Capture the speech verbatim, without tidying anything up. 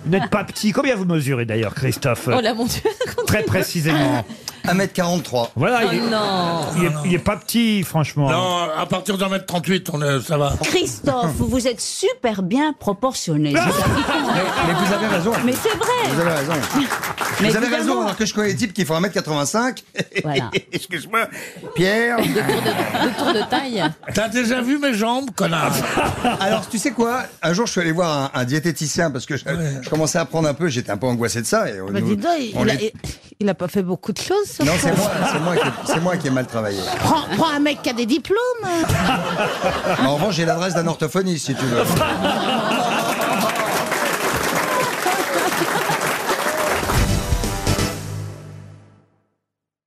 Vous n'êtes pas petit. Combien vous mesurez d'ailleurs, Christophe? Oh là, mon Dieu. Très précisément. un mètre quarante-trois. Voilà, Oh il, est, non. il, est, il est pas petit, franchement. Non, à partir d'un mètre trente-huit, on est, ça va. Christophe, vous êtes super bien proportionné. Mais, mais vous avez raison. Mais c'est vrai. Vous avez raison. Mais vous avez évidemment. raison, alors que je connais des types qui font un mètre quatre-vingt-cinq. Voilà. Excuse-moi, Pierre. Deux tours de, deux tours de taille. T'as déjà vu mes jambes, connard? Alors, tu sais quoi? Un jour, je suis allé voir un, un diététicien parce que je, je commençais à prendre un peu, j'étais un peu angoissé de ça. Et on Bah, nous- dis donc, il, on il a, les- il a pas fait beaucoup de choses. ce Non, con. c'est moi, c'est moi, qui ai- c'est moi qui ai mal travaillé. Prends, prends un mec qui a des diplômes. En revanche, j'ai l'adresse d'un orthophoniste, si tu veux.